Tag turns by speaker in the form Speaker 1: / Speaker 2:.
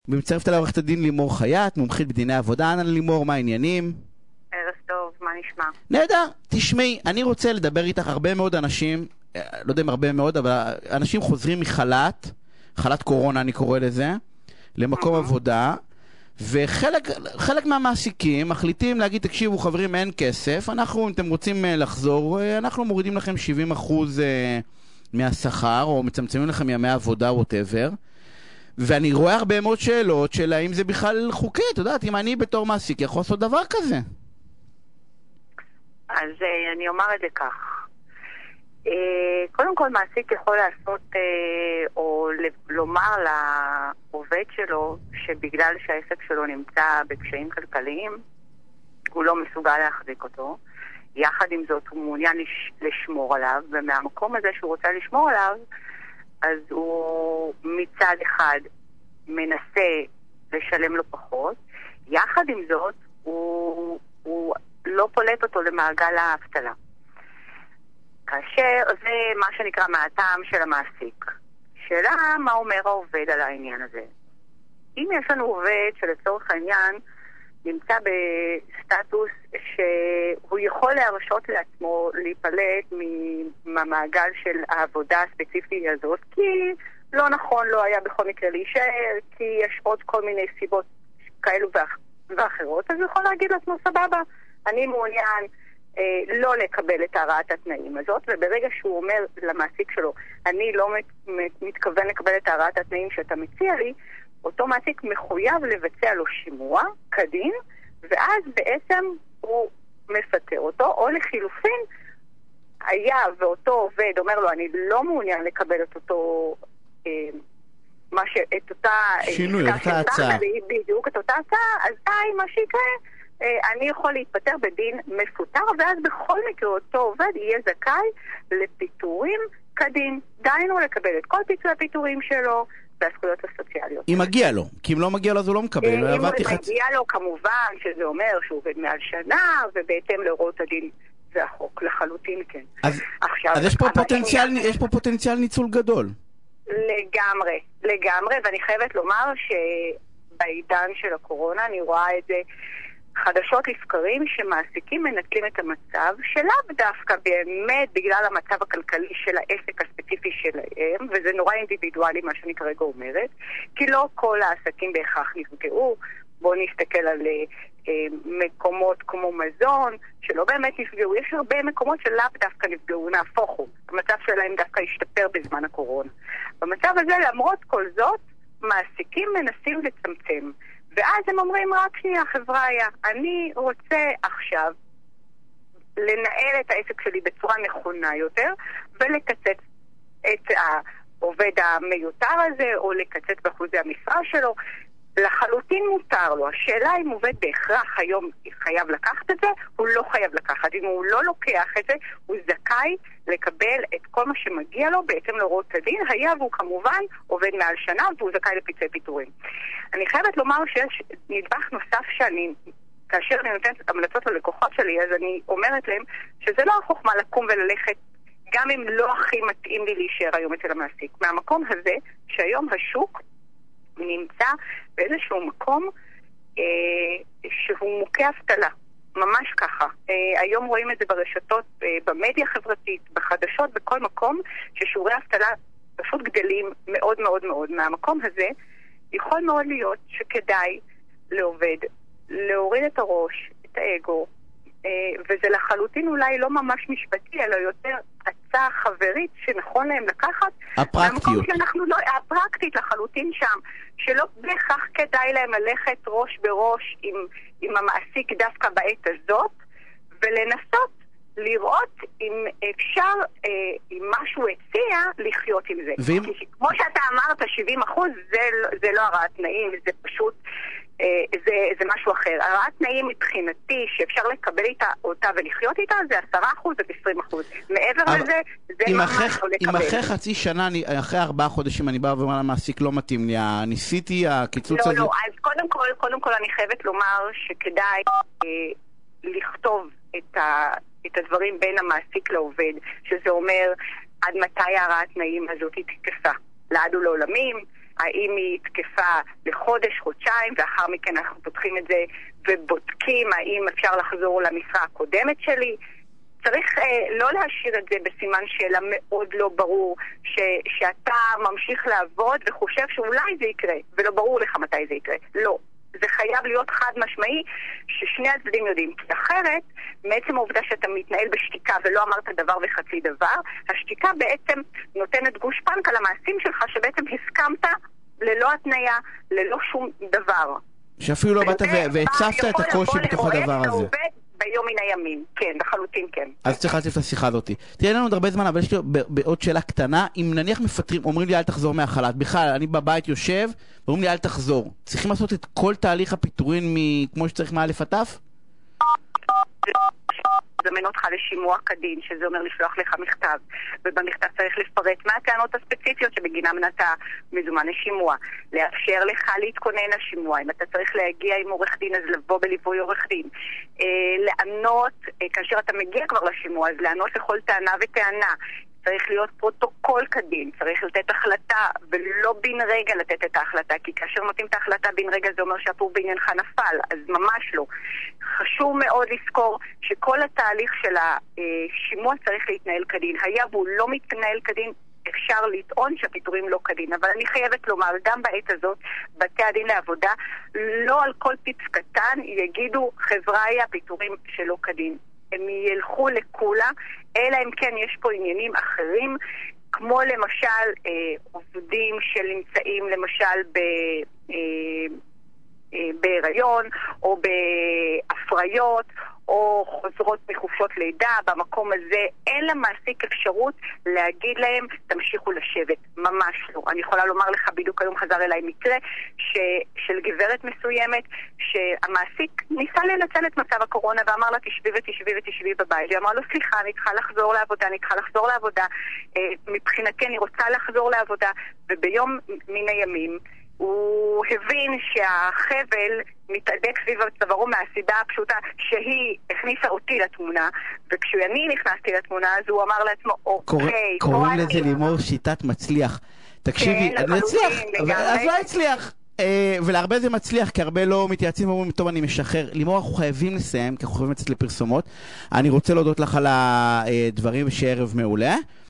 Speaker 1: ומצטרפת עליי עורכת הדין לימור חייט, מומחית בדיני עבודה. אהלן לימור, מה העניינים?
Speaker 2: ערב טוב, מה נשמע?
Speaker 1: נהדר, תשמעי, אני רוצה לדבר איתך. הרבה מאוד אנשים, לא יודע אם הרבה מאוד, אבל אנשים חוזרים מחל"ת, חל"ת קורונה אני קורא לזה, למקום עבודה, וחלק מהמעסיקים מחליטים להגיד, תקשיבו חברים, אין כסף, אנחנו, אם אתם רוצים לחזור, אנחנו מורידים לכם 70% מהשכר, או מצמצמים לכם ימי עבודה, whatever. ואני רואה הרבה מאוד שאלות של האם זה בכלל חוקי, אתה יודעת, אם אני בתור מעסיק יכול לעשות דבר כזה.
Speaker 2: אז אני אומר את זה כך. קודם כל מעסיק יכול לעשות או לומר לעובד שלו שבגלל שהעסק שלו נמצא בקשיים כלכליים הוא לא מסוגל להחזיק אותו. יחד עם זאת הוא מעוניין לשמור עליו, ומהמקום הזה שהוא רוצה לשמור עליו אז הוא מצד אחד מנסה לשלם לו פחות, יחד עם זאת הוא לא פולט אותו למעגל האבטלה. כאשר זה מה שנקרא מהטעם של המעסיק. שאלה מה אומר העובד על העניין הזה. אם יש לנו עובד שלצורך העניין נמצא בסטטוס שהוא יכול להרשות לעצמו להיפלט מהמעגל של העבודה הספציפית הזאת, כי לא נכון, לא היה בכל מקרה להישאר, כי יש עוד כל מיני סיבות כאלו ואחרות, אז הוא יכול להגיד לעצמו סבבה, אני מעוניין לא לקבל את הרעת התנאים הזאת, וברגע שהוא אומר למעסיק שלו, אני לא מתכוון לקבל את הרעת התנאים שאתה מציע לי, אותו מעסיק מחויב לבצע לו שימוע כדין, ואז בעצם הוא מפטר אותו, או לחילופין, היה ואותו עובד אומר לו, אני לא מעוניין לקבל את אותו, את אותה
Speaker 1: שינוי, את אותה הצעה.
Speaker 2: בדיוק, את אותה הצעה, אז די, מה שיקרה, אני יכול להתפטר בדין מפוטר, ואז בכל מקרה אותו עובד יהיה זכאי לפיטורים כדין, דיינו לקבל את כל פיצוי הפיטורים שלו, והזכויות הסוציאליות.
Speaker 1: אם מגיע לו, כי אם לא מגיע לו אז הוא לא מקבל.
Speaker 2: אם מגיע לו כמובן שזה אומר שהוא עובד מעל שנה, ובהתאם להוראות הדין זה החוק, לחלוטין כן.
Speaker 1: אז יש פה פוטנציאל ניצול גדול.
Speaker 2: לגמרי, ואני חייבת לומר שבעידן של הקורונה אני רואה את זה חדשות לבקרים שמעסיקים מנצלים את המצב שלאו דווקא באמת בגלל המצב הכלכלי של העסק הספציפי שלהם, וזה נורא אינדיבידואלי מה שאני כרגע אומרת, כי לא כל העסקים בהכרח נפגעו. בואו נסתכל על מקומות כמו מזון שלא באמת נפגעו, יש הרבה מקומות שלאו דווקא נפגעו, נהפוך הוא, המצב שלהם דווקא השתפר בזמן הקורונה. במצב הזה למרות כל זאת מעסיקים מנסים לצמצם, ואז הם אומרים רק שנייה חבריה, אני רוצה עכשיו לנהל את העסק שלי בצורה נכונה יותר ולקצץ את העובד המיותר הזה או לקצץ באחוזי המשרה שלו. לחלוטין מותר לו. השאלה אם עובד בהכרח היום חייב לקחת את זה, הוא לא חייב לקחת. אם הוא לא לוקח את זה, הוא זכאי לקבל את כל מה שמגיע לו בהתאם להוראות הדין, היה והוא כמובן עובד מעל שנה והוא זכאי לפיצוי פיטורים. אני חייבת לומר שיש נדבך נוסף שאני, כאשר אני נותנת המלצות ללקוחות שלי, אז אני אומרת להם שזה לא החוכמה לקום וללכת גם אם לא הכי מתאים לי להישאר היום אצל המעסיק. מהמקום הזה שהיום השוק נמצא באיזשהו מקום שהוא מוכה אבטלה, ממש ככה. היום רואים את זה ברשתות, במדיה חברתית, בחדשות, בכל מקום ששיעורי אבטלה פשוט גדלים מאוד מאוד מאוד. מהמקום הזה יכול מאוד להיות שכדאי לעובד להוריד את הראש, את האגו, וזה לחלוטין אולי לא ממש משפטי, אלא יותר הצעה חברית שנכון להם לקחת.
Speaker 1: הפרקטיות.
Speaker 2: הפרקטית לחלוטין שם, שלא בהכרח כדאי להם ללכת ראש בראש עם המעסיק דווקא בעת הזאת, ולנסות לראות אם אפשר, אם משהו הציע, לחיות עם זה. כי כמו שאתה אמרת, 70% זה לא הרעת תנאים, זה פשוט זה משהו אחר. הרעת תנאים מבחינתי שאפשר לקבל אותה ולחיות איתה זה 10% ו-20%. מעבר לזה זה ממש לא לקבל.
Speaker 1: אם אחרי חצי שנה, אחרי 4 חודשים אני בא ואומר למעסיק לא מתאים לי, ניסיתי הקיצוץ הזה?
Speaker 2: לא, אז קודם כל אני חייבת לומר שכדאי לכתוב את הדברים בין המעסיק לעובד, שזה אומר עד מתי הרעת תנאים הזאת תתקפה, לעד ולעולמים, האם היא תקפה לחודש, חודשיים, ואחר מכן אנחנו פותחים את זה ובודקים האם אפשר לחזור למשרה הקודמת שלי. צריך לא להשאיר את זה בסימן שאלה מאוד לא ברור, שאתה ממשיך לעבוד וחושב שאולי זה יקרה, ולא ברור לך מתי זה יקרה. לא. זה חייב להיות חד משמעי ששני הצדדים יודעים. כי אחרת, מעצם העובדה שאתה מתנהל בשתיקה ולא אמרת דבר וחצי דבר, השתיקה בעצם נותנת גושפנקה למעשים שלך, שבעצם הסכמת ללא התניה, ללא שום דבר.
Speaker 1: שאפילו לא באת והצפת את הקושי בתוך הדבר הזה.
Speaker 2: ביום מן הימים, כן, בחלוטין כן.
Speaker 1: אז צריך להציף את השיחה הזאת. תראה לנו עוד הרבה זמן, אבל יש לי עוד שאלה קטנה. אם נניח מפטרים, אומרים לי אל תחזור מהחל"ת, בכלל, אני בבית יושב, ואומרים לי אל תחזור. צריכים לעשות את כל תהליך הפיטורין כמו שצריך מאלף עד תף?
Speaker 2: לזמן אותך לשימוע כדין, שזה אומר לשלוח לך מכתב, ובמכתב צריך לפרט מה הטענות הספציפיות שבגינם אתה מזומן לשימוע, לאפשר לך להתכונן לשימוע, אם אתה צריך להגיע עם עורך דין אז לבוא בליווי עורך דין, לענות, כאשר אתה מגיע כבר לשימוע אז לענות לכל טענה וטענה, צריך להיות פרוטוקול כדין, צריך לתת החלטה ולא בין רגע לתת את ההחלטה, כי כאשר נותנים את ההחלטה בין רגע זה אומר שהפור בעניינך נפל, אז ממש לא. חשוב מאוד לזכור שכל התהליך של השימוע צריך להתנהל כדין. היה והוא לא מתנהל כדין, אפשר לטעון שהפיטורים לא כדין, אבל אני חייבת לומר, גם בעת הזאת, בתי הדין לעבודה, לא על כל פיפס קטן יגידו חבריה פיטורים שלא כדין. הם ילכו לכולה, אלא אם כן יש פה עניינים אחרים, כמו למשל עובדים שנמצאים למשל בהיריון או בהפריות או חוזרות מחופשות לידה. במקום הזה אין למעסיק אפשרות להגיד להם תמשיכו לשבת, ממש לא. אני יכולה לומר לך, בדיוק היום חזר אליי מקרה של גברת מסוימת שהמעסיק ניסה לנצל את מצב הקורונה ואמר לה תשבי בבית, והיא אמרה לו סליחה, אני צריכה לחזור לעבודה, מבחינתי אני רוצה לחזור לעבודה, וביום מן הימים הוא הבין שהחבל מתעדק סביב צווארו מהסיבה הפשוטה שהיא הכניסה אותי לתמונה, וכשאני נכנסתי לתמונה אז הוא אמר לעצמו אוקיי,
Speaker 1: קוראים לזה לימור שיטת מצליח. תקשיבי, אני אצליח, אז לא אצליח, ולהרבה זה מצליח, כי הרבה לא מתייעצים ואומרים טוב אני משחרר. לימור, אנחנו חייבים לסיים, כי אנחנו חייבים לצאת לפרסומות. אני רוצה להודות לך על הדברים, שערב מעולה.